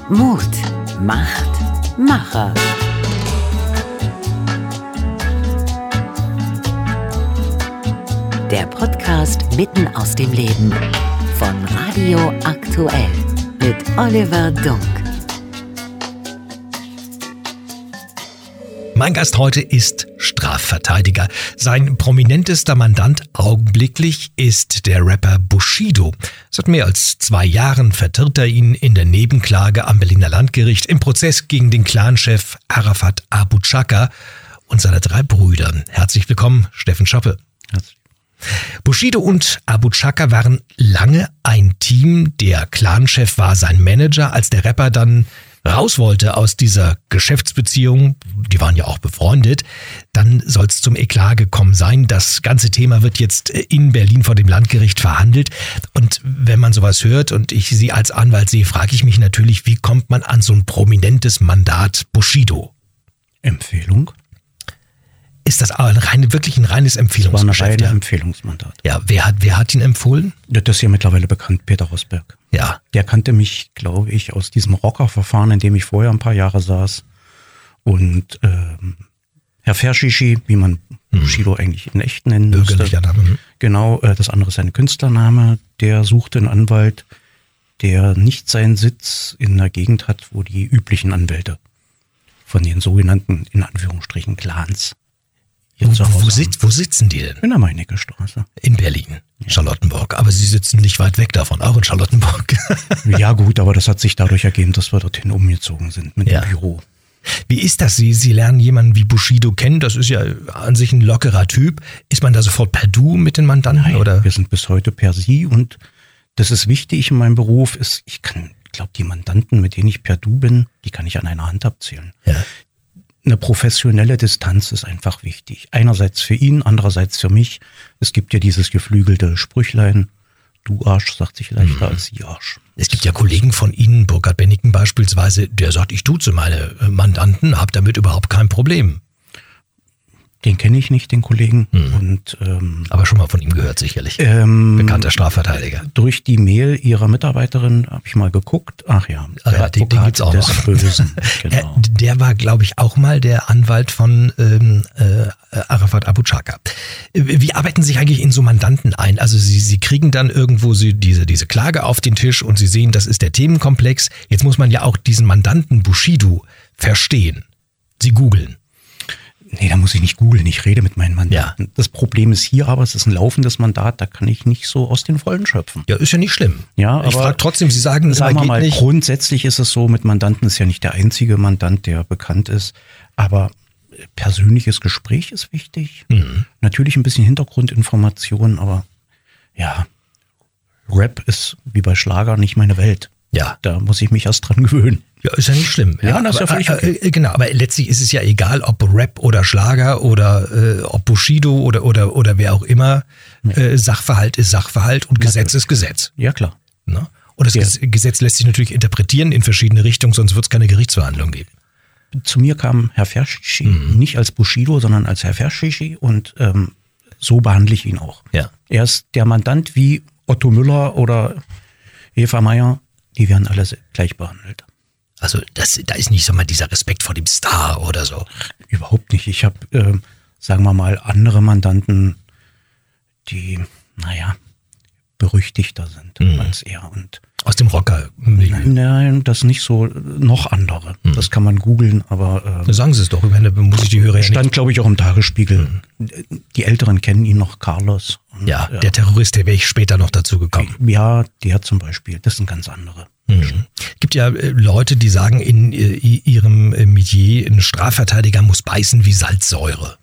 Mut macht Macher. Der Podcast mitten aus dem Leben von Radio Aktuell mit Oliver Dunk. Mein Gast heute ist Strafverteidiger. Sein prominentester Mandant augenblicklich ist der Rapper Bushido. Seit mehr als 2 Jahren vertritt er ihn in der Nebenklage am Berliner Landgericht im Prozess gegen den Clanchef Arafat Abu Chaka und seine 3 Brüder. Herzlich willkommen, Steffen Schoppe. Bushido und Abu Chaka waren lange ein Team. Der Clanchef war sein Manager. Als der Rapper dann raus wollte aus dieser Geschäftsbeziehung, die waren ja auch befreundet, dann soll es zum Eklat gekommen sein. Das ganze Thema wird jetzt in Berlin vor dem Landgericht verhandelt. Und wenn man sowas hört und ich Sie als Anwalt sehe, frage ich mich natürlich, wie kommt man an so ein prominentes Mandat Bushido? Empfehlung? Ist das wirklich ein reines Empfehlungsgeschäft? Das war ein reines Empfehlungsmandat. Ja, wer hat ihn empfohlen? Das ist ja mittlerweile bekannt, Peter Rosberg. Ja. Der kannte mich, glaube ich, aus diesem Rockerverfahren, in dem ich vorher ein paar Jahre saß. Und Herr Verschici, wie man Bushido eigentlich in echt nennen müsste. Bürgerlicher Name. Genau, das andere ist sein Künstlername. Der suchte einen Anwalt, der nicht seinen Sitz in einer Gegend hat, wo die üblichen Anwälte von den sogenannten, in Anführungsstrichen, Clans Wo sitzen die denn? in der Meinecke-Straße. In Berlin, Charlottenburg. Aber Sie sitzen nicht weit weg davon, auch in Charlottenburg. Ja gut, aber das hat sich dadurch ergeben, dass wir dorthin umgezogen sind mit dem Büro. Wie ist das? Sie lernen jemanden wie Bushido kennen, das ist ja an sich ein lockerer Typ. Ist man da sofort per Du mit den Mandanten? Nein, oder? wir sind bis heute per Sie und das ist wichtig in meinem Beruf. Ich glaube, die Mandanten, mit denen ich per Du bin, die kann ich an einer Hand abzählen. Ja. Eine professionelle Distanz ist einfach wichtig. Einerseits für ihn, andererseits für mich. Es gibt ja dieses geflügelte Sprüchlein, du Arsch sagt sich leichter als Sie Arsch. Es gibt ja Kollegen von Ihnen, Burkhard Bennigsen beispielsweise, der sagt, ich duze meine Mandanten, habe damit überhaupt kein Problem. Den kenne ich nicht, den Kollegen. Und, aber schon mal von ihm gehört sicherlich. Bekannter Strafverteidiger. Durch die Mail ihrer Mitarbeiterin habe ich mal geguckt. Ach ja, den gibt's auch noch. Bösen. Genau. Der war, glaube ich, auch mal der Anwalt von Arafat Abu Chaka. Wie arbeiten Sie sich eigentlich in so Mandanten ein? Also Sie kriegen dann irgendwo diese Klage auf den Tisch und Sie sehen, das ist der Themenkomplex. Jetzt muss man ja auch diesen Mandanten Bushido verstehen. Sie googeln. Nee, da muss ich nicht googeln, ich rede mit meinen Mandanten. Ja. Das Problem ist hier aber, es ist ein laufendes Mandat, da kann ich nicht so aus den Vollen schöpfen. Ja, ist ja nicht schlimm. Ja, ich frage trotzdem, Sie sagen wir mal, nicht. Grundsätzlich ist es so, mit Mandanten ist ja nicht der einzige Mandant, der bekannt ist, aber persönliches Gespräch ist wichtig. Natürlich ein bisschen Hintergrundinformation, aber ja, Rap ist wie bei Schlager nicht meine Welt. Ja. Da muss ich mich erst dran gewöhnen. Ja, ist ja nicht schlimm. Ja, das ist ja völlig okay. Genau, aber letztlich ist es ja egal, ob Rap oder Schlager oder ob Bushido oder wer auch immer. Sachverhalt ist Sachverhalt und Gesetz ist Gesetz. Ja, klar. Ne? Und das Gesetz lässt sich natürlich interpretieren in verschiedene Richtungen, sonst wird es keine Gerichtsverhandlung geben. Zu mir kam Herr Verschici, nicht als Bushido, sondern als Herr Verschici und so behandle ich ihn auch. Ja. Er ist der Mandant wie Otto Müller oder Eva Meyer, die werden alle gleich behandelt. Also da ist nicht so mal dieser Respekt vor dem Star oder so. Überhaupt nicht. Ich habe, sagen wir mal, andere Mandanten, die, berüchtigter sind als er. Und aus dem Rocker. Nein, das nicht so, noch andere. Das kann man googeln, aber... sagen Sie es doch, muss ich die Hörer ja nicht... Stand, glaube ich, auch im Tagesspiegel. Die Älteren kennen ihn noch, Carlos. Und, der Terrorist, der wäre ich später noch dazu gekommen. Ja, der zum Beispiel, das sind ganz andere. Es gibt ja Leute, die sagen in ihrem Metier, ein Strafverteidiger muss beißen wie Salzsäure.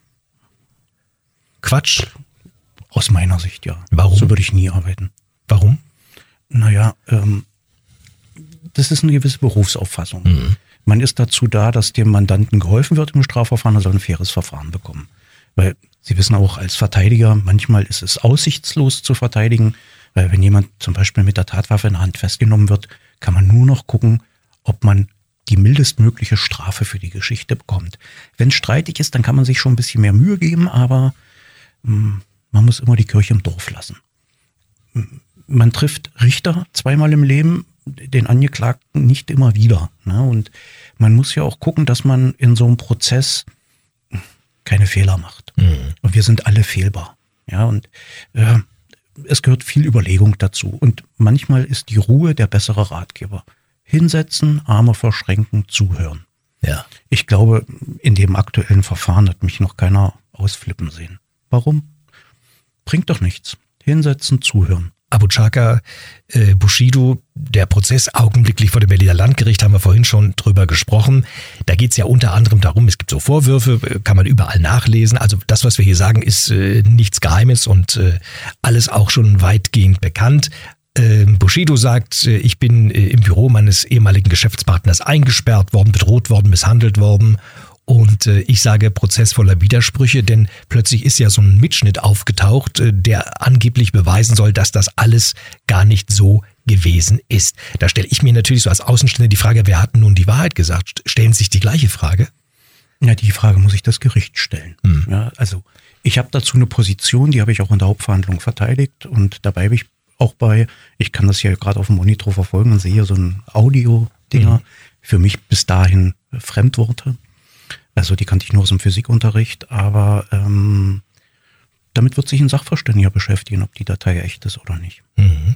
Quatsch. Aus meiner Sicht, ja. Warum? So würde ich nie arbeiten. Warum? Naja, das ist eine gewisse Berufsauffassung. Man ist dazu da, dass dem Mandanten geholfen wird im Strafverfahren, er soll ein faires Verfahren bekommen. Weil Sie wissen auch als Verteidiger, manchmal ist es aussichtslos zu verteidigen, weil wenn jemand zum Beispiel mit der Tatwaffe in der Hand festgenommen wird, kann man nur noch gucken, ob man die mildestmögliche Strafe für die Geschichte bekommt. Wenn es streitig ist, dann kann man sich schon ein bisschen mehr Mühe geben, aber man muss immer die Kirche im Dorf lassen. Man trifft Richter zweimal im Leben, den Angeklagten nicht immer wieder. Ne? Und man muss ja auch gucken, dass man in so einem Prozess keine Fehler macht. Und wir sind alle fehlbar. Ja, und es gehört viel Überlegung dazu. Und manchmal ist die Ruhe der bessere Ratgeber. Hinsetzen, Arme verschränken, zuhören. Ja. Ich glaube, in dem aktuellen Verfahren hat mich noch keiner ausflippen sehen. Warum? Bringt doch nichts. Hinsetzen, zuhören. Abu Chaka, Bushido, der Prozess augenblicklich vor dem Berliner Landgericht, haben wir vorhin schon drüber gesprochen. Da geht es ja unter anderem darum, es gibt so Vorwürfe, kann man überall nachlesen. Also das, was wir hier sagen, ist nichts Geheimes und alles auch schon weitgehend bekannt. Bushido sagt, ich bin im Büro meines ehemaligen Geschäftspartners eingesperrt worden, bedroht worden, misshandelt worden. Und ich sage Prozess voller Widersprüche, denn plötzlich ist ja so ein Mitschnitt aufgetaucht, der angeblich beweisen soll, dass das alles gar nicht so gewesen ist. Da stelle ich mir natürlich so als Außenstehender die Frage, wer hat nun die Wahrheit gesagt? Stellen Sie sich die gleiche Frage? Ja, die Frage muss ich das Gericht stellen. Ja, also ich habe dazu eine Position, die habe ich auch in der Hauptverhandlung verteidigt und dabei habe ich auch bei, ich kann das hier gerade auf dem Monitor verfolgen und sehe hier so ein Audio-Dinger, für mich bis dahin Fremdworte. Also die kannte ich nur aus dem Physikunterricht, aber damit wird sich ein Sachverständiger beschäftigen, ob die Datei echt ist oder nicht.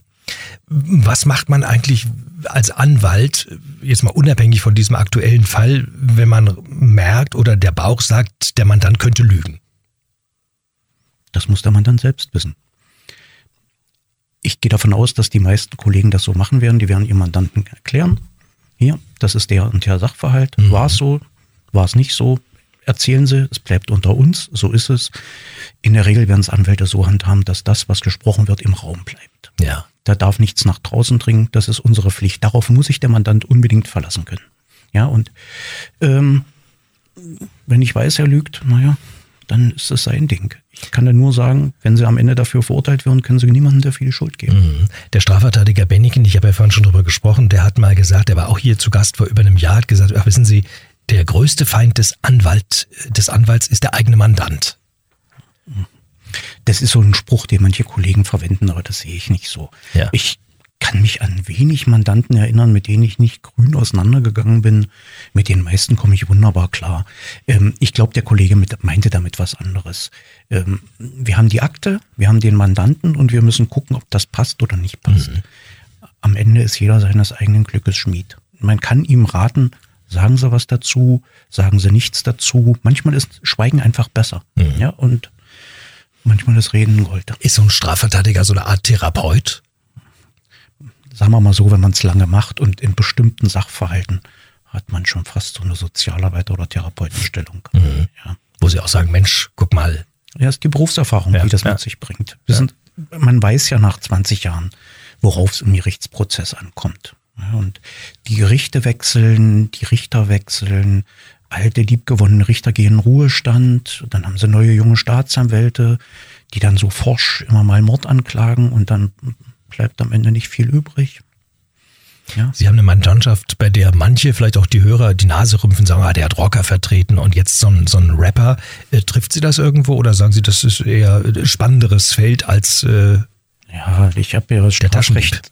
Was macht man eigentlich als Anwalt, jetzt mal unabhängig von diesem aktuellen Fall, wenn man merkt oder der Bauch sagt, der Mandant könnte lügen? Das muss der Mandant selbst wissen. Ich gehe davon aus, dass die meisten Kollegen das so machen werden. Die werden ihrem Mandanten erklären, hier, das ist der und der Sachverhalt. War es so? War es nicht so? Erzählen Sie, es bleibt unter uns, so ist es. In der Regel werden es Anwälte so handhaben, dass das, was gesprochen wird, im Raum bleibt. Ja. Da darf nichts nach draußen dringen, das ist unsere Pflicht. Darauf muss sich der Mandant unbedingt verlassen können. Ja, und wenn ich weiß, er lügt, naja, dann ist es sein Ding. Ich kann dann nur sagen, wenn Sie am Ende dafür verurteilt werden, können Sie niemandem dafür die Schuld geben. Der Strafverteidiger Benniken, ich habe ja vorhin schon drüber gesprochen, der hat mal gesagt, er war auch hier zu Gast vor über einem Jahr, hat gesagt, ach, wissen Sie, der größte Feind des Anwalts ist der eigene Mandant. Das ist so ein Spruch, den manche Kollegen verwenden, aber das sehe ich nicht so. Ja. Ich kann mich an wenig Mandanten erinnern, mit denen ich nicht grün auseinandergegangen bin. Mit den meisten komme ich wunderbar klar. Ich glaube, der Kollege meinte damit was anderes. Wir haben die Akte, wir haben den Mandanten und wir müssen gucken, ob das passt oder nicht passt. Am Ende ist jeder seines eigenen Glückes Schmied. Man kann ihm raten, sagen Sie was dazu, sagen Sie nichts dazu. Manchmal ist Schweigen einfach besser. Ja, und manchmal ist Reden Gold. Ist so ein Strafverteidiger so eine Art Therapeut? Sagen wir mal so, wenn man es lange macht und in bestimmten Sachverhalten hat man schon fast so eine Sozialarbeiter- oder Therapeutenstellung. Ja. Wo Sie auch sagen, Mensch, guck mal. Ja, ist die Berufserfahrung, die das mit sich bringt. Man weiß ja nach 20 Jahren, worauf es im Gerichtsprozess ankommt. Ja, und die Gerichte wechseln, die Richter wechseln, alte, liebgewonnene Richter gehen in Ruhestand, dann haben sie neue junge Staatsanwälte, die dann so forsch immer mal Mord anklagen und dann bleibt am Ende nicht viel übrig. Ja. Sie haben eine Mandantschaft, bei der manche, vielleicht auch die Hörer, die Nase rümpfen, sagen, der hat Rocker vertreten und jetzt so ein Rapper. Trifft Sie das irgendwo oder sagen Sie, das ist eher ein spannenderes Feld als ja, ich habe ja das Strafrecht.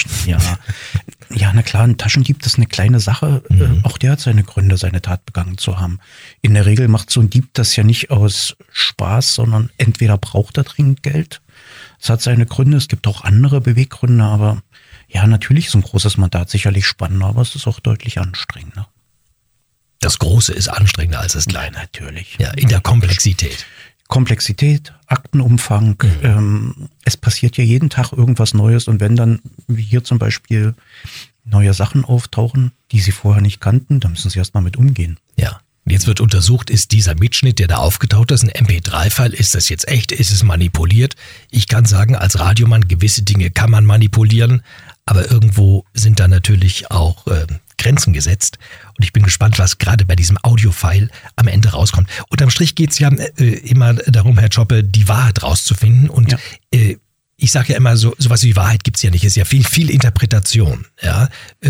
Ja, na klar, ein Taschendieb, das ist eine kleine Sache. Auch der hat seine Gründe, seine Tat begangen zu haben. In der Regel macht so ein Dieb das ja nicht aus Spaß, sondern entweder braucht er dringend Geld. Es hat seine Gründe, es gibt auch andere Beweggründe, aber ja, natürlich ist ein großes Mandat sicherlich spannender, aber es ist auch deutlich anstrengender. Das Große ist anstrengender als das Kleine. Ja, natürlich. Ja, in der Komplexität. Komplexität, Aktenumfang, es passiert ja jeden Tag irgendwas Neues und wenn dann, wie hier zum Beispiel, neue Sachen auftauchen, die Sie vorher nicht kannten, dann müssen Sie erstmal mit umgehen. Ja. Jetzt wird untersucht, ist dieser Mitschnitt, der da aufgetaucht ist, ein MP3-File, ist das jetzt echt, ist es manipuliert? Ich kann sagen, als Radiomann, gewisse Dinge kann man manipulieren, aber irgendwo sind da natürlich auch Grenzen gesetzt. Und ich bin gespannt, was gerade bei diesem Audio-File am Ende rauskommt. Unterm Strich geht es ja immer darum, Herr Zschöpe, die Wahrheit rauszufinden. Und ich sage ja immer, sowas wie Wahrheit gibt es ja nicht. Es ist ja viel Interpretation. Ja?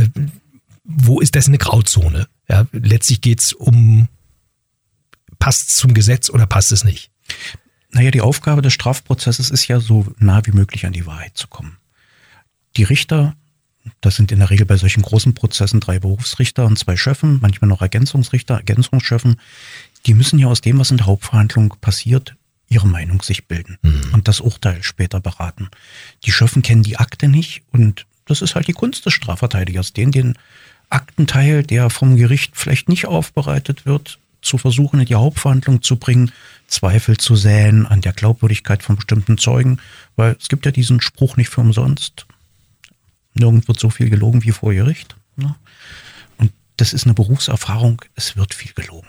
Wo ist das eine Grauzone? Ja, letztlich geht es um, passt es zum Gesetz oder passt es nicht? Naja, die Aufgabe des Strafprozesses ist ja, so nah wie möglich an die Wahrheit zu kommen. Die Richter, das sind in der Regel bei solchen großen Prozessen 3 Berufsrichter und 2 Schöffen, manchmal noch Ergänzungsrichter, Ergänzungsschöffen. Die müssen ja aus dem, was in der Hauptverhandlung passiert, ihre Meinung sich bilden und das Urteil später beraten. Die Schöffen kennen die Akte nicht und das ist halt die Kunst des Strafverteidigers, den Aktenteil, der vom Gericht vielleicht nicht aufbereitet wird, zu versuchen, in die Hauptverhandlung zu bringen, Zweifel zu säen an der Glaubwürdigkeit von bestimmten Zeugen, weil es gibt ja diesen Spruch nicht für umsonst. Nirgends wird so viel gelogen wie vor Gericht. Ne? Und das ist eine Berufserfahrung, es wird viel gelogen.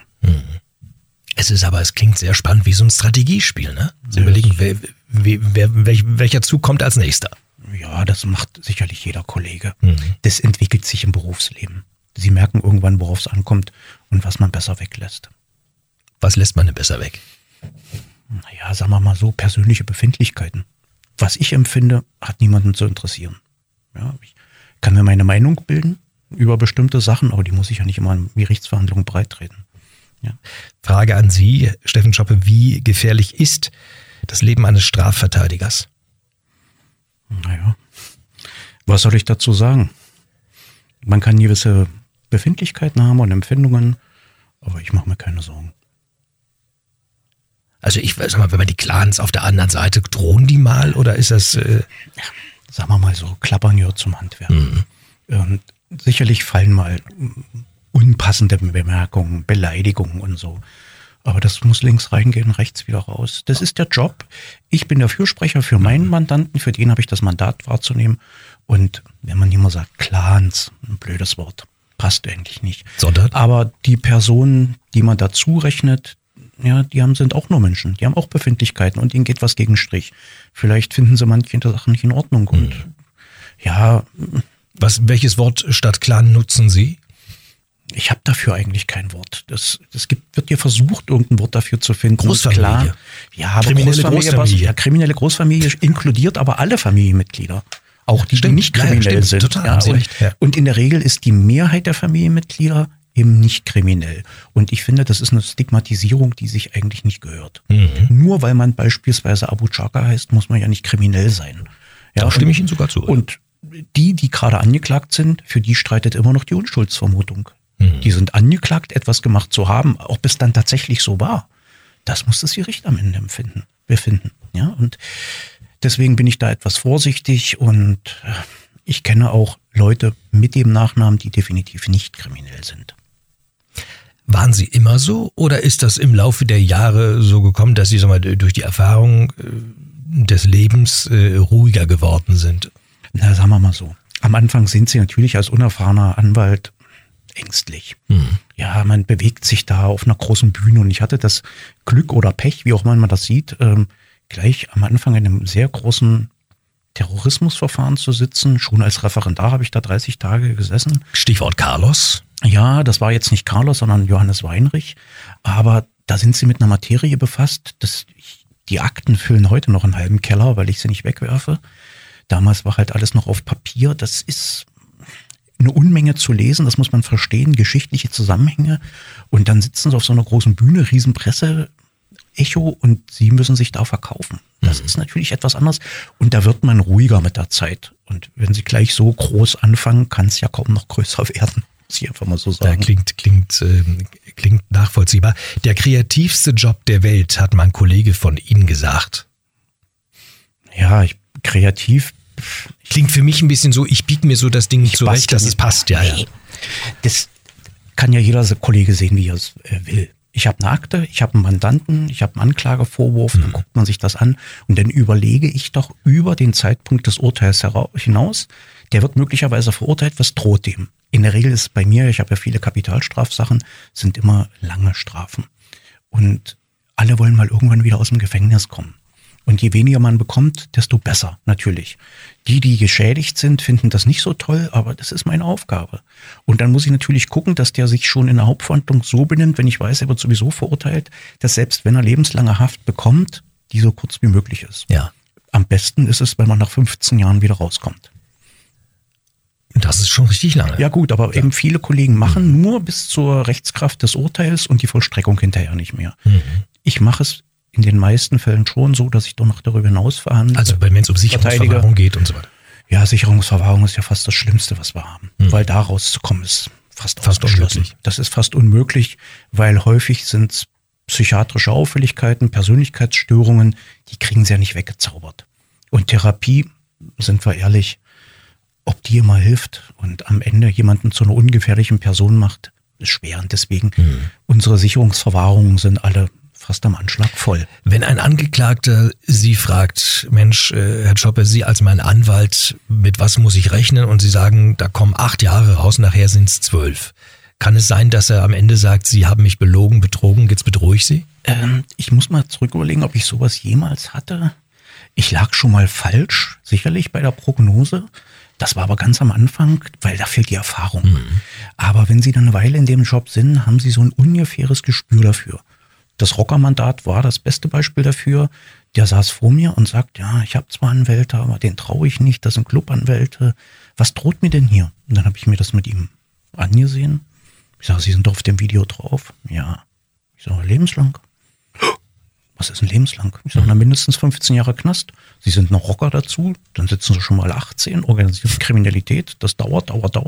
Es klingt sehr spannend wie so ein Strategiespiel, ne? Sie überlegen, welcher Zug kommt als nächster. Ja, das macht sicherlich jeder Kollege. Das entwickelt sich im Berufsleben. Sie merken irgendwann, worauf es ankommt und was man besser weglässt. Was lässt man denn besser weg? Naja, sagen wir mal so, persönliche Befindlichkeiten. Was ich empfinde, hat niemanden zu interessieren. Ja, ich kann mir meine Meinung bilden über bestimmte Sachen, aber die muss ich ja nicht immer in Gerichtsverhandlungen breittreten. Ja. Frage an Sie, Steffen Schoppe, wie gefährlich ist das Leben eines Strafverteidigers? Naja, was soll ich dazu sagen? Man kann gewisse Befindlichkeiten haben und Empfindungen, aber ich mache mir keine Sorgen. Also ich sag mal, wenn man die Clans auf der anderen Seite, drohen die mal oder ist das... Sagen wir mal so, Klappern gehört zum Handwerk. Sicherlich fallen mal unpassende Bemerkungen, Beleidigungen und so. Aber das muss links reingehen, rechts wieder raus. Das ist der Job. Ich bin der Fürsprecher für meinen Mandanten, für den habe ich das Mandat wahrzunehmen. Und wenn man immer sagt, Clans, ein blödes Wort, passt eigentlich nicht. Sondern? Aber die Personen, die man dazu rechnet, ja, sind auch nur Menschen. Die haben auch Befindlichkeiten und ihnen geht was gegen Strich. Vielleicht finden sie manche Sachen nicht in Ordnung. Und ja. Welches Wort statt Clan nutzen Sie? Ich habe dafür eigentlich kein Wort. Wird ja versucht, irgendein Wort dafür zu finden. Großfamilie. Klar. Ja, aber Großfamilie. Kriminelle Großfamilie inkludiert aber alle Familienmitglieder. Auch die, die nicht kriminell sind. Total, haben Sie recht. Ja. Und in der Regel ist die Mehrheit der Familienmitglieder eben nicht kriminell. Und ich finde, das ist eine Stigmatisierung, die sich eigentlich nicht gehört. Nur weil man beispielsweise Abu Chaka heißt, muss man ja nicht kriminell sein. Ja, da stimme ich Ihnen sogar zu. Und die gerade angeklagt sind, für die streitet immer noch die Unschuldsvermutung. Die sind angeklagt, etwas gemacht zu haben, ob es dann tatsächlich so war. Das muss das Gericht am Ende befinden. Ja, und deswegen bin ich da etwas vorsichtig und ich kenne auch Leute mit dem Nachnamen, die definitiv nicht kriminell sind. Waren Sie immer so oder ist das im Laufe der Jahre so gekommen, dass Sie durch die Erfahrung des Lebens ruhiger geworden sind? Na, sagen wir mal so. Am Anfang sind Sie natürlich als unerfahrener Anwalt ängstlich. Ja, man bewegt sich da auf einer großen Bühne und ich hatte das Glück oder Pech, wie auch immer man das sieht, gleich am Anfang in einem sehr großen Terrorismusverfahren zu sitzen. Schon als Referendar habe ich da 30 Tage gesessen. Stichwort Carlos. Ja, das war jetzt nicht Carlos, sondern Johannes Weinrich. Aber da sind sie mit einer Materie befasst. Die Akten füllen heute noch einen halben Keller, weil ich sie nicht wegwerfe. Damals war halt alles noch auf Papier. Das ist eine Unmenge zu lesen, das muss man verstehen, geschichtliche Zusammenhänge. Und dann sitzen sie auf so einer großen Bühne, Riesenpresse, Echo und sie müssen sich da verkaufen. Das ist natürlich etwas anderes und da wird man ruhiger mit der Zeit. Und wenn sie gleich so groß anfangen, kann es ja kaum noch größer werden. Muss ich einfach mal so sagen. Klingt nachvollziehbar. Der kreativste Job der Welt, hat mein Kollege von Ihnen gesagt. Ja, kreativ. Klingt für mich ein bisschen so, ich biege mir so das Ding zurecht, dass es passt. Ja, nee. Das kann ja jeder Kollege sehen, wie er es will. Ich habe eine Akte, ich habe einen Mandanten, ich habe einen Anklagevorwurf, dann guckt man sich das an und dann überlege ich doch über den Zeitpunkt des Urteils hinaus, der wird möglicherweise verurteilt, was droht dem? In der Regel ist es bei mir, ich habe ja viele Kapitalstrafsachen, sind immer lange Strafen. Und alle wollen mal irgendwann wieder aus dem Gefängnis kommen. Und je weniger man bekommt, desto besser, natürlich. Die geschädigt sind, finden das nicht so toll, aber das ist meine Aufgabe. Und dann muss ich natürlich gucken, dass der sich schon in der Hauptverhandlung so benimmt, wenn ich weiß, er wird sowieso verurteilt, dass selbst wenn er lebenslange Haft bekommt, die so kurz wie möglich ist. Ja. Am besten ist es, wenn man nach 15 Jahren wieder rauskommt. Das ist schon richtig lange. Ja gut, aber eben viele Kollegen machen nur bis zur Rechtskraft des Urteils und die Vollstreckung hinterher nicht mehr. Ich mache es in den meisten Fällen schon so, dass ich doch noch darüber hinaus verhandle. Also wenn es um Sicherungsverwahrung geht und so weiter. Ja, Sicherungsverwahrung ist ja fast das Schlimmste, was wir haben. Weil da rauszukommen ist fast unmöglich. Das ist fast unmöglich, weil häufig sind es psychiatrische Auffälligkeiten, Persönlichkeitsstörungen, die kriegen sie ja nicht weggezaubert. Und Therapie, sind wir ehrlich, ob die immer hilft und am Ende jemanden zu einer ungefährlichen Person macht, ist schwer. Und deswegen, unsere Sicherungsverwahrungen sind alle fast am Anschlag voll. Wenn ein Angeklagter Sie fragt, Mensch, Herr Tschoppe, Sie als mein Anwalt, mit was muss ich rechnen? Und Sie sagen, da kommen 8 Jahre raus, nachher sind es 12. Kann es sein, dass er am Ende sagt, Sie haben mich belogen, betrogen, jetzt bedrohe ich Sie? Ich muss mal zurück überlegen, ob ich sowas jemals hatte. Ich lag schon mal falsch, sicherlich bei der Prognose. Das war aber ganz am Anfang, weil da fehlt die Erfahrung. Aber wenn Sie dann eine Weile in dem Job sind, haben Sie so ein ungefähres Gespür dafür. Das Rockermandat war das beste Beispiel dafür. Der saß vor mir und sagt, ja, ich habe zwar Anwälte, aber den traue ich nicht, das sind Clubanwälte. Was droht mir denn hier? Und dann habe ich mir das mit ihm angesehen. Ich sage, Sie sind doch auf dem Video drauf. Ja. Ich sage, lebenslang. Was ist denn lebenslang? Ich sage, na, mindestens 15 Jahre Knast. Sie sind noch Rocker dazu, dann sitzen Sie schon mal 18, organisierte Kriminalität, das dauert.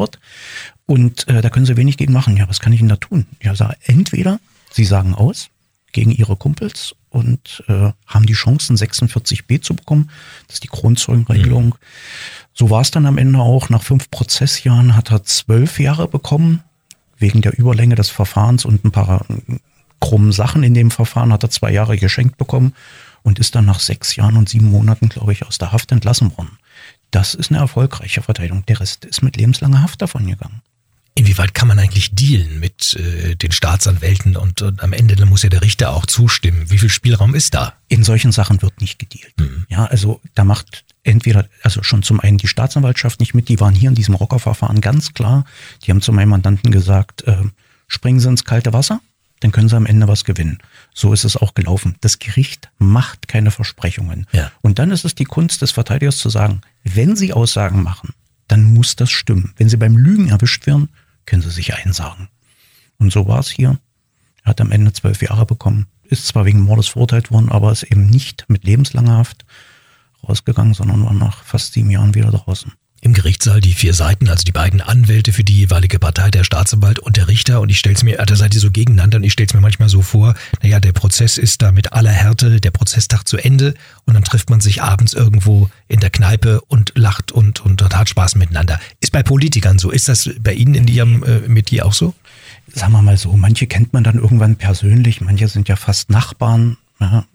Und da können Sie wenig gegen machen. Ja, was kann ich Ihnen da tun? Ja, sage, entweder Sie sagen aus gegen Ihre Kumpels und haben die Chance, ein 46b zu bekommen. Das ist die Kronzeugenregelung. So war es dann am Ende auch. Nach 5 Prozessjahren hat er 12 Jahre bekommen. Wegen der Überlänge des Verfahrens und ein paar krummen Sachen in dem Verfahren hat er 2 Jahre geschenkt bekommen und ist dann nach 6 Jahren und 7 Monaten, glaube ich, aus der Haft entlassen worden. Das ist eine erfolgreiche Verteidigung. Der Rest ist mit lebenslanger Haft davon gegangen. Inwieweit kann man eigentlich dealen mit den Staatsanwälten und am Ende dann muss ja der Richter auch zustimmen. Wie viel Spielraum ist da? In solchen Sachen wird nicht gedealt. Ja, also da macht entweder, also schon zum einen die Staatsanwaltschaft nicht mit, die waren hier in diesem Rockerverfahren ganz klar. Die haben zu meinem Mandanten gesagt, springen Sie ins kalte Wasser, dann können Sie am Ende was gewinnen. So ist es auch gelaufen. Das Gericht macht keine Versprechungen. Ja. Und dann ist es die Kunst des Verteidigers zu sagen, wenn Sie Aussagen machen, dann muss das stimmen. Wenn Sie beim Lügen erwischt werden, können Sie sich einsagen. Und so war es hier. Er hat am Ende 12 Jahre bekommen, ist zwar wegen Mordes verurteilt worden, aber ist eben nicht mit lebenslanger Haft rausgegangen, sondern war nach fast 7 Jahren wieder draußen. Im Gerichtssaal die 4 Seiten, also die beiden Anwälte für die jeweilige Partei, der Staatsanwalt und der Richter. Und ich stelle es mir, da seid ihr so gegeneinander und ich stelle es mir manchmal so vor, naja, der Prozess ist da mit aller Härte, der Prozesstag zu Ende und dann trifft man sich abends irgendwo in der Kneipe und lacht und hat Spaß miteinander. Ist bei Politikern so. Ist das bei Ihnen in Ihrem Metier auch so? Sagen wir mal so, manche kennt man dann irgendwann persönlich, manche sind ja fast Nachbarn. Ja.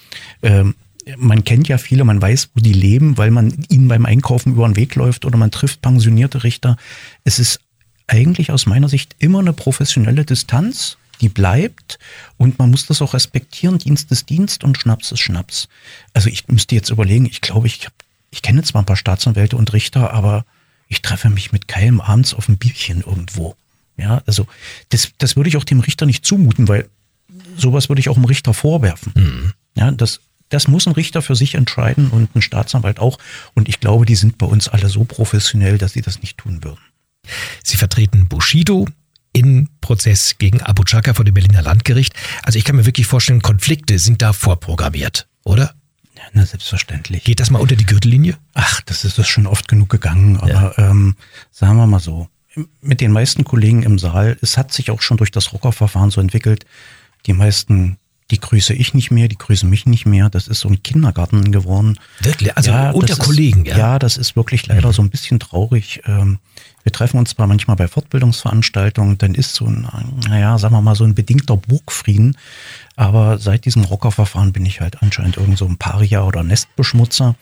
Man kennt ja viele, man weiß, wo die leben, weil man ihnen beim Einkaufen über den Weg läuft oder man trifft pensionierte Richter. Es ist eigentlich aus meiner Sicht immer eine professionelle Distanz, die bleibt und man muss das auch respektieren. Dienst ist Dienst und Schnaps ist Schnaps. Also ich müsste jetzt überlegen, ich glaube, ich kenne zwar ein paar Staatsanwälte und Richter, aber ich treffe mich mit keinem abends auf ein Bierchen irgendwo. Ja, also das würde ich auch dem Richter nicht zumuten, weil sowas würde ich auch dem Richter vorwerfen. Ja, das muss ein Richter für sich entscheiden und ein Staatsanwalt auch. Und ich glaube, die sind bei uns alle so professionell, dass sie das nicht tun würden. Sie vertreten Bushido im Prozess gegen Abu Chaka vor dem Berliner Landgericht. Also ich kann mir wirklich vorstellen, Konflikte sind da vorprogrammiert, oder? Ja, na, selbstverständlich. Geht das mal unter die Gürtellinie? Ach, das ist schon oft genug gegangen. Aber sagen wir mal so, mit den meisten Kollegen im Saal, es hat sich auch schon durch das Rockerverfahren so entwickelt, die meisten, die grüße ich nicht mehr, die grüßen mich nicht mehr. Das ist so ein Kindergarten geworden. Wirklich? Also ja, unter Kollegen, ja? Ja, das ist wirklich leider so ein bisschen traurig. Wir treffen uns zwar manchmal bei Fortbildungsveranstaltungen, dann ist so ein, naja, sagen wir mal, so ein bedingter Burgfrieden. Aber seit diesem Rockerverfahren bin ich halt anscheinend irgend so ein Paria oder Nestbeschmutzer.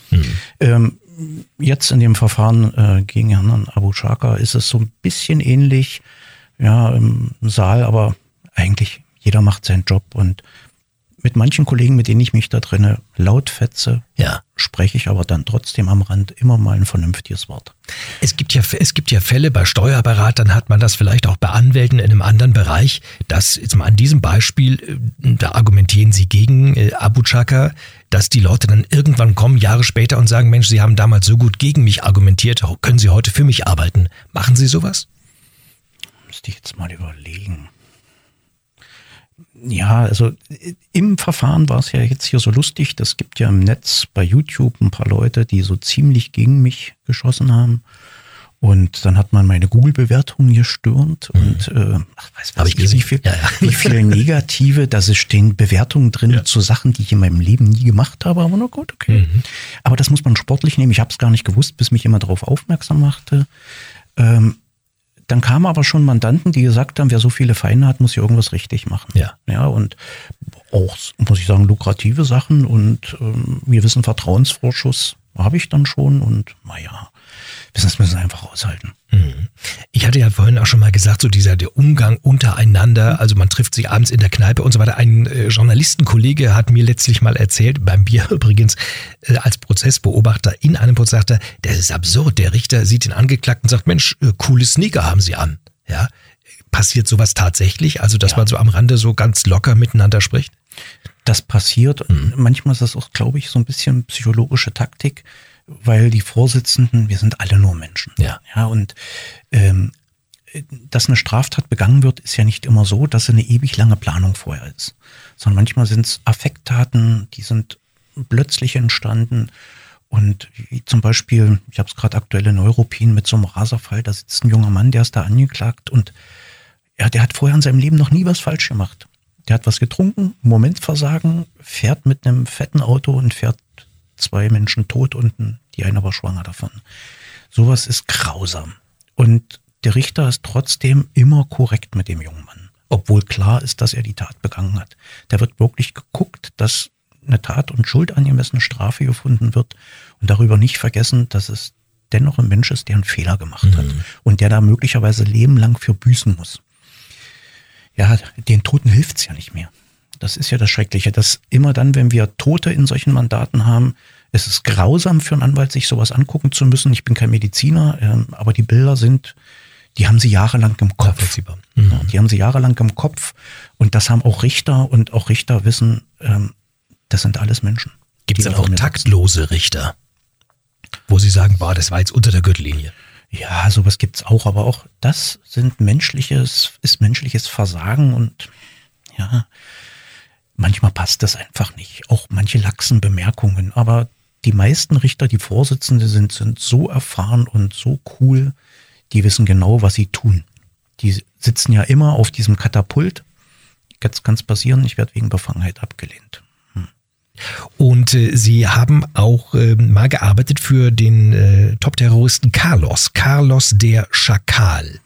Jetzt in dem Verfahren gegen Herrn Abu Chaka ist es so ein bisschen ähnlich, ja, im Saal, aber eigentlich jeder macht seinen Job und mit manchen Kollegen, mit denen ich mich da drinne laut fetze, spreche ich aber dann trotzdem am Rand immer mal ein vernünftiges Wort. Es gibt ja Fälle bei Steuerberatern, hat man das vielleicht auch bei Anwälten in einem anderen Bereich, dass jetzt mal an diesem Beispiel, da argumentieren sie gegen Abu Chaka, dass die Leute dann irgendwann kommen, Jahre später und sagen, Mensch, Sie haben damals so gut gegen mich argumentiert, können Sie heute für mich arbeiten? Machen Sie sowas? Müsste ich jetzt mal überlegen. Ja, also im Verfahren war es ja jetzt hier so lustig. Das gibt ja im Netz bei YouTube ein paar Leute, die so ziemlich gegen mich geschossen haben. Und dann hat man meine Google-Bewertung gestürmt und weiß nicht, wie viele negative, da stehen Bewertungen drin zu Sachen, die ich in meinem Leben nie gemacht habe. Aber na gut, okay. Aber das muss man sportlich nehmen. Ich habe es gar nicht gewusst, bis mich jemand darauf aufmerksam machte. Dann kamen aber schon Mandanten, die gesagt haben, wer so viele Feinde hat, muss hier irgendwas richtig machen. Ja, und auch, muss ich sagen, lukrative Sachen und gewissen Vertrauensvorschuss habe ich dann schon und naja, Business müssen wir einfach aushalten. Ich hatte ja vorhin auch schon mal gesagt, so der Umgang untereinander, also man trifft sich abends in der Kneipe und so weiter. Ein Journalistenkollege hat mir letztlich mal erzählt, beim Bier übrigens, als Prozessbeobachter in einem Prozess, sagte, das ist absurd, der Richter sieht den Angeklagten und sagt, Mensch, coole Sneaker haben Sie an. Ja, passiert sowas tatsächlich? Also, dass man so am Rande so ganz locker miteinander spricht? Das passiert. Manchmal ist das auch, glaube ich, so ein bisschen psychologische Taktik, weil die Vorsitzenden, wir sind alle nur Menschen. Ja, und dass eine Straftat begangen wird, ist ja nicht immer so, dass eine ewig lange Planung vorher ist. Sondern manchmal sind es Affekttaten, die sind plötzlich entstanden. Und wie zum Beispiel, ich habe es gerade aktuell in Neuruppin mit so einem Raserfall, da sitzt ein junger Mann, der ist da angeklagt und der hat vorher in seinem Leben noch nie was falsch gemacht. Der hat was getrunken, Momentversagen, fährt mit einem fetten Auto und fährt 2 Menschen tot und die eine war schwanger davon. Sowas ist grausam. Und der Richter ist trotzdem immer korrekt mit dem jungen Mann, obwohl klar ist, dass er die Tat begangen hat. Da wird wirklich geguckt, dass eine Tat- und schuldangemessene Strafe gefunden wird und darüber nicht vergessen, dass es dennoch ein Mensch ist, der einen Fehler gemacht hat und der da möglicherweise lebenlang für büßen muss. Ja, den Toten hilft's ja nicht mehr. Das ist ja das Schreckliche, dass immer dann, wenn wir Tote in solchen Mandaten haben, es ist grausam für einen Anwalt, sich sowas angucken zu müssen. Ich bin kein Mediziner, aber die Bilder die haben sie jahrelang im Kopf. Die haben sie jahrelang im Kopf und das haben auch Richter und auch Richter wissen, das sind alles Menschen. Gibt es dann auch taktlose Richter, wo sie sagen, boah, das war jetzt unter der Gürtellinie? Ja, sowas gibt's auch, aber auch das ist menschliches Versagen und ja, manchmal passt das einfach nicht. Auch manche laxen Bemerkungen, aber die meisten Richter, die Vorsitzende sind so erfahren und so cool, die wissen genau, was sie tun. Die sitzen ja immer auf diesem Katapult. Jetzt kann es passieren, ich werde wegen Befangenheit abgelehnt. Und Sie haben auch mal gearbeitet für den Top-Terroristen Carlos der Schakal.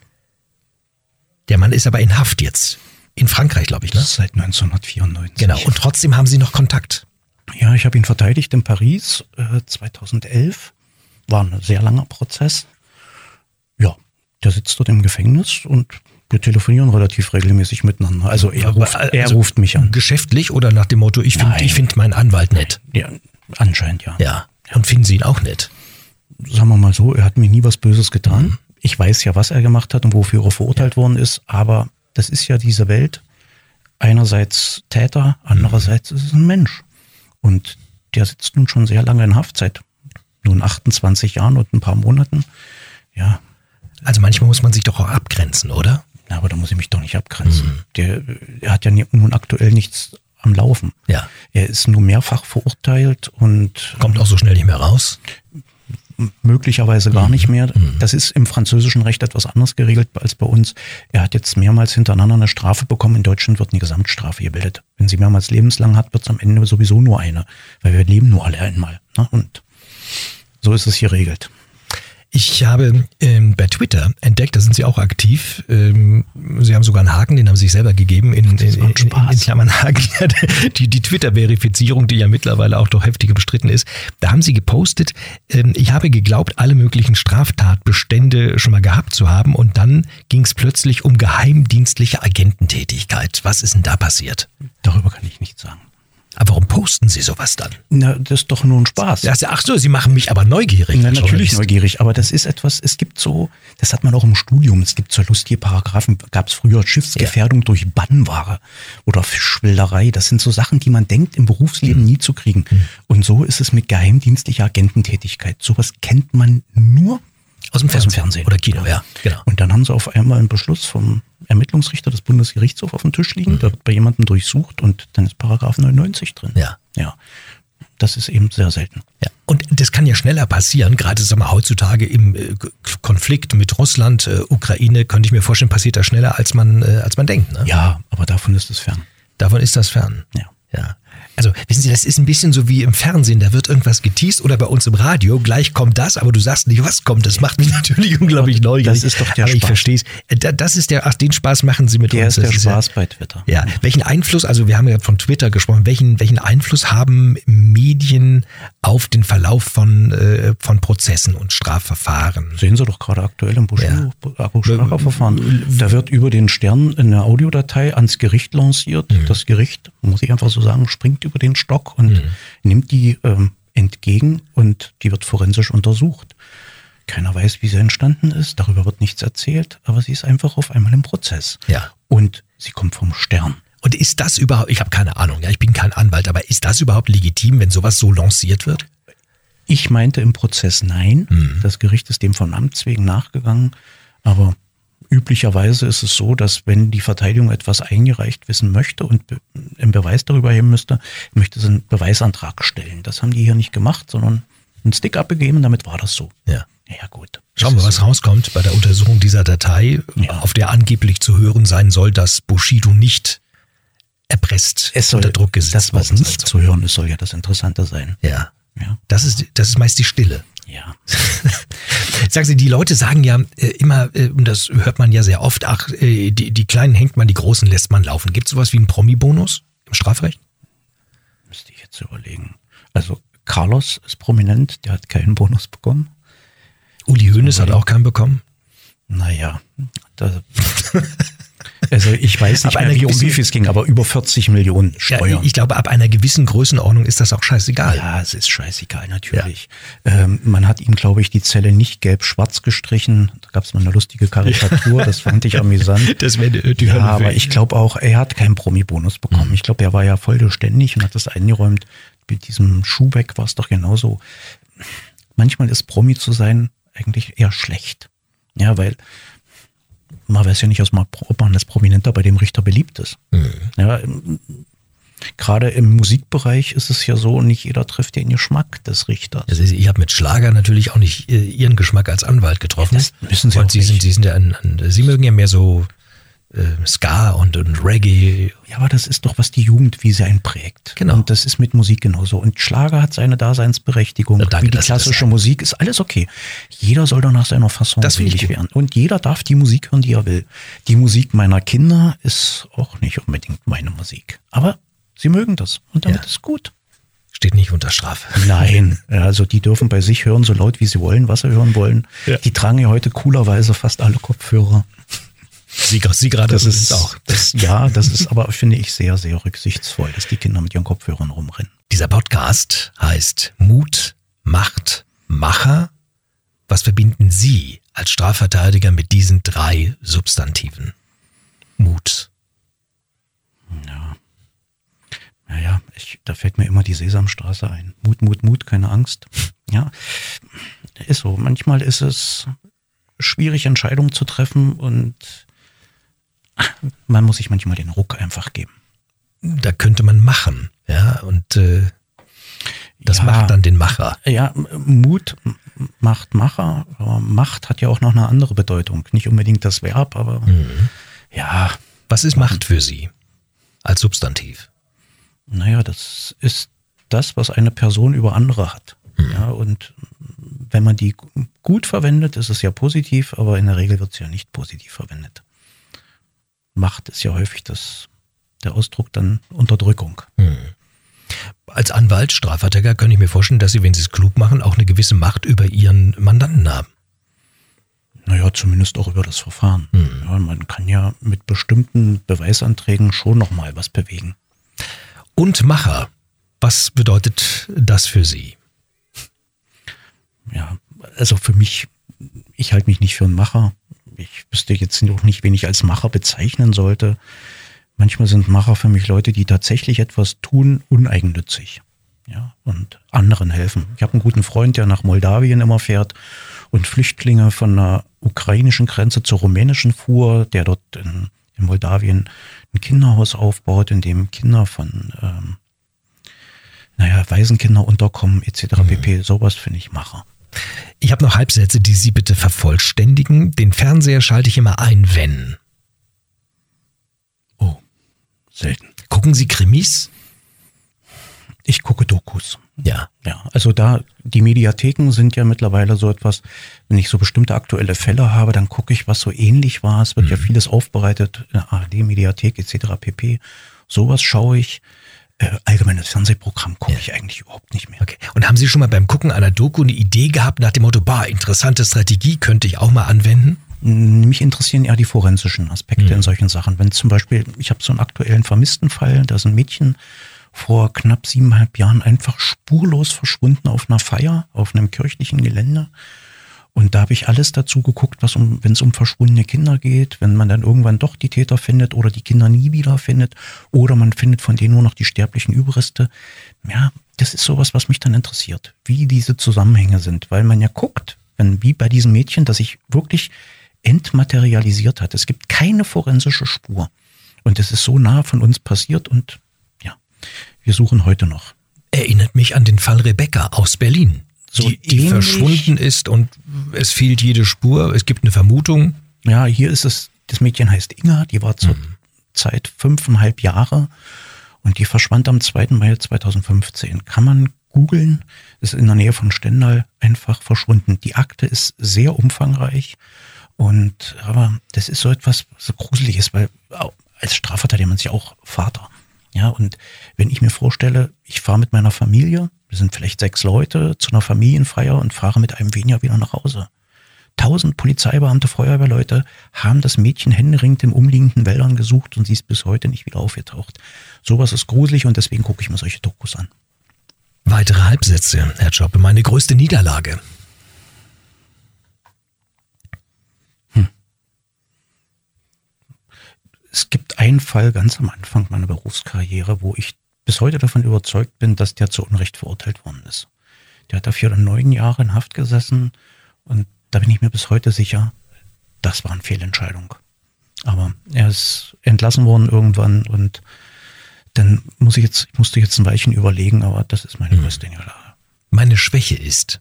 Der Mann ist aber in Haft jetzt. In Frankreich, glaube ich, ne? Seit 1994. Genau, und trotzdem haben Sie noch Kontakt. Ja, ich habe ihn verteidigt in Paris 2011. War ein sehr langer Prozess. Ja, der sitzt dort im Gefängnis und wir telefonieren relativ regelmäßig miteinander. Also er ruft mich an. Geschäftlich oder nach dem Motto, ich find meinen Anwalt nett? Ja, anscheinend ja. Ja, und finden Sie ihn auch nett? Sagen wir mal so, er hat mir nie was Böses getan. Ich weiß ja, was er gemacht hat und wofür er verurteilt worden ist, aber das ist ja diese Welt. Einerseits Täter, andererseits ist es ein Mensch. Und der sitzt nun schon sehr lange in Haft, seit nun 28 Jahren und ein paar Monaten. Ja. Also manchmal muss man sich doch auch abgrenzen, oder? Ja, aber da muss ich mich doch nicht abgrenzen. Er hat ja nun aktuell nichts am Laufen. Ja. Er ist nur mehrfach verurteilt und kommt auch so schnell nicht mehr raus? Möglicherweise gar nicht mehr. Das ist im französischen Recht etwas anders geregelt als bei uns. Er hat jetzt mehrmals hintereinander eine Strafe bekommen. In Deutschland wird eine Gesamtstrafe gebildet. Wenn sie mehrmals lebenslang hat, wird es am Ende sowieso nur eine. Weil wir leben nur alle einmal. Ne? Und so ist es hier geregelt. Ich habe bei Twitter entdeckt, da sind Sie auch aktiv. Sie haben sogar einen Haken, den haben Sie sich selber gegeben, in Klammern Haken. Die Twitter-Verifizierung, die ja mittlerweile auch doch heftig bestritten ist. Da haben Sie gepostet, ich habe geglaubt, alle möglichen Straftatbestände schon mal gehabt zu haben und dann ging es plötzlich um geheimdienstliche Agententätigkeit. Was ist denn da passiert? Darüber kann ich nichts sagen. Aber warum posten Sie sowas dann? Na, das ist doch nur ein Spaß. Ach so, Sie machen mich aber neugierig. Na, natürlich neugierig, aber das ist etwas, es gibt so, das hat man auch im Studium, es gibt so lustige Paragraphen, gab es früher Schiffsgefährdung durch Bannware oder Fischwilderei. Das sind so Sachen, die man denkt, im Berufsleben nie zu kriegen. Und so ist es mit geheimdienstlicher Agententätigkeit. Sowas kennt man nur Aus dem Fernsehen. Oder Kino, ja, genau. Und dann haben sie auf einmal einen Beschluss vom Ermittlungsrichter des Bundesgerichtshofs auf dem Tisch liegen, der wird bei jemandem durchsucht und dann ist Paragraph 99 drin. Ja. Ja. Das ist eben sehr selten. Ja. Und das kann ja schneller passieren, gerade sagen wir, heutzutage im Konflikt mit Russland, Ukraine, könnte ich mir vorstellen, passiert das schneller, als man denkt. Ne? Ja, aber davon ist es fern. Davon ist das fern. Ja. Also, wissen Sie, das ist ein bisschen so wie im Fernsehen, da wird irgendwas geteast oder bei uns im Radio, gleich kommt das, aber du sagst nicht, was kommt. Das macht mich natürlich unglaublich neugierig. Das ist doch der aber Spaß. Ich verstehe es. Das ist den Spaß machen Sie mit der uns. Der ist der Spaß bei Twitter. Ja, welchen Einfluss, also wir haben ja von Twitter gesprochen, welchen Einfluss haben Medien auf den Verlauf von Prozessen und Strafverfahren? Sehen Sie doch gerade aktuell im Bushido-Strafverfahren. Da wird über den Stern eine Audiodatei ans Gericht lanciert. Das Gericht, muss ich einfach so sagen, springt über den Stock und nimmt die entgegen und die wird forensisch untersucht. Keiner weiß, wie sie entstanden ist, darüber wird nichts erzählt, aber sie ist einfach auf einmal im Prozess. Ja. Und sie kommt vom Stern. Und ist das überhaupt, ich habe keine Ahnung, ja, ich bin kein Anwalt, aber ist das überhaupt legitim, wenn sowas so lanciert wird? Ich meinte im Prozess nein. Das Gericht ist dem von Amts wegen nachgegangen, aber üblicherweise ist es so, dass wenn die Verteidigung etwas eingereicht wissen möchte und einen Beweis darüber heben möchte sie einen Beweisantrag stellen. Das haben die hier nicht gemacht, sondern einen Stick abgegeben, damit war das so. Ja. Ja gut. Schauen wir, was rauskommt bei der Untersuchung dieser Datei, auf der angeblich zu hören sein soll, dass Bushido nicht erpresst, unter Druck gesetzt worden. Das, was nicht zu hören ist, soll ja das Interessante sein. Ja. Das ist meist die Stille. Ja. Sagen Sie, die Leute sagen ja immer, und das hört man ja sehr oft, ach, die Kleinen hängt man, die Großen lässt man laufen. Gibt es sowas wie einen Promi-Bonus im Strafrecht? Müsste ich jetzt überlegen. Also Carlos ist prominent, der hat keinen Bonus bekommen. Uli Hoeneß hat auch keinen bekommen? Naja, also ich weiß nicht mehr, um wie viel es ging, aber über 40 Millionen Steuern. Ja, ich glaube, ab einer gewissen Größenordnung ist das auch scheißegal. Ja, es ist scheißegal, natürlich. Ja. Man hat ihm, glaube ich, die Zelle nicht gelb-schwarz gestrichen. Da gab es mal eine lustige Karikatur, das fand ich amüsant. Das wäre die Hölle. Ja, aber ich glaube auch, er hat keinen Promi-Bonus bekommen. Ich glaube, er war ja vollständig und hat das eingeräumt. Mit diesem Schuhbeck war es doch genauso. Manchmal ist Promi zu sein eigentlich eher schlecht. Ja, weil man weiß ja nicht, ob man als Prominenter bei dem Richter beliebt ist. Ja, gerade im Musikbereich ist es ja so, nicht jeder trifft den Geschmack des Richters. Also ich habe mit Schlager natürlich auch nicht Ihren Geschmack als Anwalt getroffen. Ja, das müssen Sie und auch nicht. Sie mögen ja mehr so Ska und Reggae. Ja, aber das ist doch, was die Jugend, wie sie einen prägt. Genau. Und das ist mit Musik genauso. Und Schlager hat seine Daseinsberechtigung. Na, danke, wie die klassische Musik ist alles okay. Jeder soll doch nach seiner Fasson selig werden. Und jeder darf die Musik hören, die er will. Die Musik meiner Kinder ist auch nicht unbedingt meine Musik. Aber sie mögen das. Und damit ist gut. Steht nicht unter Strafe. Nein, also die dürfen bei sich hören, so laut wie sie wollen, was sie hören wollen. Ja. Die tragen ja heute coolerweise fast alle Kopfhörer. Sie gerade, das ist auch. Das ist aber, finde ich, sehr, sehr rücksichtsvoll, dass die Kinder mit ihren Kopfhörern rumrennen. Dieser Podcast heißt Mut, Macht, Macher. Was verbinden Sie als Strafverteidiger mit diesen 3 Substantiven? Mut. Ja, da fällt mir immer die Sesamstraße ein. Mut, Mut, Mut, keine Angst. Ja, ist so. Manchmal ist es schwierig, Entscheidungen zu treffen und man muss sich manchmal den Ruck einfach geben. Da könnte man machen, ja, und das macht dann den Macher. Ja, Mut macht Macher, aber Macht hat ja auch noch eine andere Bedeutung. Nicht unbedingt das Verb, aber ja. Was ist Macht für Sie als Substantiv? Naja, das ist das, was eine Person über andere hat. Ja, und wenn man die gut verwendet, ist es ja positiv, aber in der Regel wird es ja nicht positiv verwendet. Macht ist ja häufig der Ausdruck dann Unterdrückung. Als Anwalt, Strafverteidiger, kann ich mir vorstellen, dass Sie, wenn Sie es klug machen, auch eine gewisse Macht über Ihren Mandanten haben. Naja, zumindest auch über das Verfahren. Ja, man kann ja mit bestimmten Beweisanträgen schon nochmal was bewegen. Und Macher, was bedeutet das für Sie? Ja, also für mich, ich halte mich nicht für einen Macher. Ich wüsste jetzt noch nicht, wen ich als Macher bezeichnen sollte. Manchmal sind Macher für mich Leute, die tatsächlich etwas tun, uneigennützig. Ja, und anderen helfen. Ich habe einen guten Freund, der nach Moldawien immer fährt und Flüchtlinge von der ukrainischen Grenze zur rumänischen fuhr, der dort in Moldawien ein Kinderhaus aufbaut, in dem Kinder von Waisenkinder unterkommen etc. pp. Sowas finde ich mache. Ich habe noch Halbsätze, die Sie bitte vervollständigen. Den Fernseher schalte ich immer ein, wenn. Oh, selten. Gucken Sie Krimis? Ich gucke Dokus. Ja. Ja, also die Mediatheken sind ja mittlerweile so etwas, wenn ich so bestimmte aktuelle Fälle habe, dann gucke ich, was so ähnlich war. Es wird ja vieles aufbereitet, in der ARD-Mediathek etc. pp. Sowas schaue ich. Allgemeines Fernsehprogramm gucke ich eigentlich überhaupt nicht mehr. Okay. Und haben Sie schon mal beim Gucken einer Doku eine Idee gehabt nach dem Motto, interessante Strategie, könnte ich auch mal anwenden? Mich interessieren eher die forensischen Aspekte in solchen Sachen. Wenn zum Beispiel, ich habe so einen aktuellen vermissten Fall, da ist ein Mädchen vor knapp 7,5 Jahren einfach spurlos verschwunden auf einer Feier, auf einem kirchlichen Gelände. Und da habe ich alles dazu geguckt, wenn es um verschwundene Kinder geht, wenn man dann irgendwann doch die Täter findet oder die Kinder nie wieder findet oder man findet von denen nur noch die sterblichen Überreste. Ja, das ist sowas, was mich dann interessiert, wie diese Zusammenhänge sind, weil man ja guckt, wie bei diesem Mädchen, das sich wirklich entmaterialisiert hat. Es gibt keine forensische Spur und es ist so nah von uns passiert und ja, wir suchen heute noch. Erinnert mich an den Fall Rebecca aus Berlin. Die verschwunden ist und es fehlt jede Spur. Es gibt eine Vermutung. Ja, hier ist es, das Mädchen heißt Inga, die war zur Zeit 5,5 Jahre und die verschwand am 2. Mai 2015. Kann man googeln, ist in der Nähe von Stendal einfach verschwunden. Die Akte ist sehr umfangreich aber das ist so etwas so Gruseliges, weil als Strafverteidiger man ist ja auch Vater. Ja, und wenn ich mir vorstelle, ich fahre mit meiner Familie, wir sind vielleicht 6 Leute, zu einer Familienfeier und fahre mit einem weniger wieder nach Hause. 1000 Polizeibeamte, Feuerwehrleute haben das Mädchen händeringend in umliegenden Wäldern gesucht und sie ist bis heute nicht wieder aufgetaucht. Sowas ist gruselig und deswegen gucke ich mir solche Dokus an. Weitere Halbsätze, Herr Zschoppe, meine größte Niederlage. Es gibt einen Fall ganz am Anfang meiner Berufskarriere, wo ich bis heute davon überzeugt bin, dass der zu Unrecht verurteilt worden ist. Der hat dafür 9 Jahre in Haft gesessen und da bin ich mir bis heute sicher, das war eine Fehlentscheidung. Aber er ist entlassen worden irgendwann und dann musste jetzt ein Weilchen überlegen, aber das ist meine größte Niederlage. Meine Schwäche ist?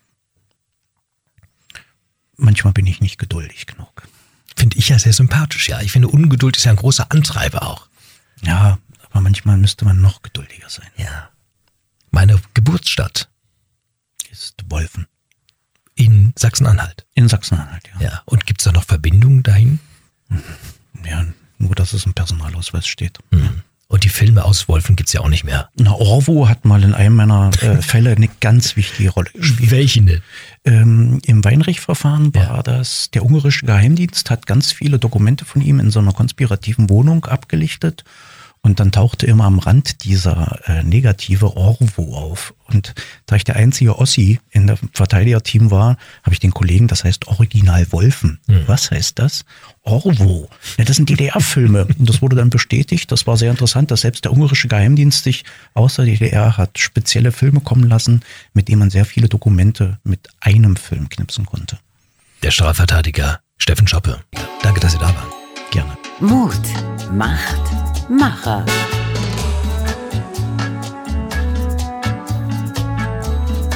Manchmal bin ich nicht geduldig genug. Finde ich ja sehr sympathisch, ja. Ich finde, Ungeduld ist ja ein großer Antreiber auch. Ja, aber manchmal müsste man noch geduldiger sein. Ja. Meine Geburtsstadt ist Wolfen. In Sachsen-Anhalt. In Sachsen-Anhalt, ja. Ja. Und gibt es da noch Verbindungen dahin? Ja, nur dass es im Personalausweis steht. Und die Filme aus Wolfen gibt es ja auch nicht mehr. Na, Orwo hat mal in einem meiner Fälle eine ganz wichtige Rolle gespielt. Welche denn? Im Weinrecht-Verfahren war das, der ungarische Geheimdienst hat ganz viele Dokumente von ihm in so einer konspirativen Wohnung abgelichtet und dann tauchte immer am Rand dieser negative Orwo auf. Und da ich der einzige Ossi in der Verteidigerteam war, habe ich den Kollegen, das heißt Original Wolfen. Was heißt das? Orwo. Ja, das sind DDR-Filme. Und das wurde dann bestätigt. Das war sehr interessant, dass selbst der ungarische Geheimdienst sich aus der DDR hat spezielle Filme kommen lassen, mit denen man sehr viele Dokumente mit einem Film knipsen konnte. Der Strafverteidiger Steffen Zschoppe. Danke, dass Sie da waren. Gerne. Mut macht Macher.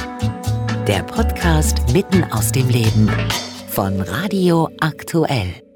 Der Podcast mitten aus dem Leben von Radio Aktuell.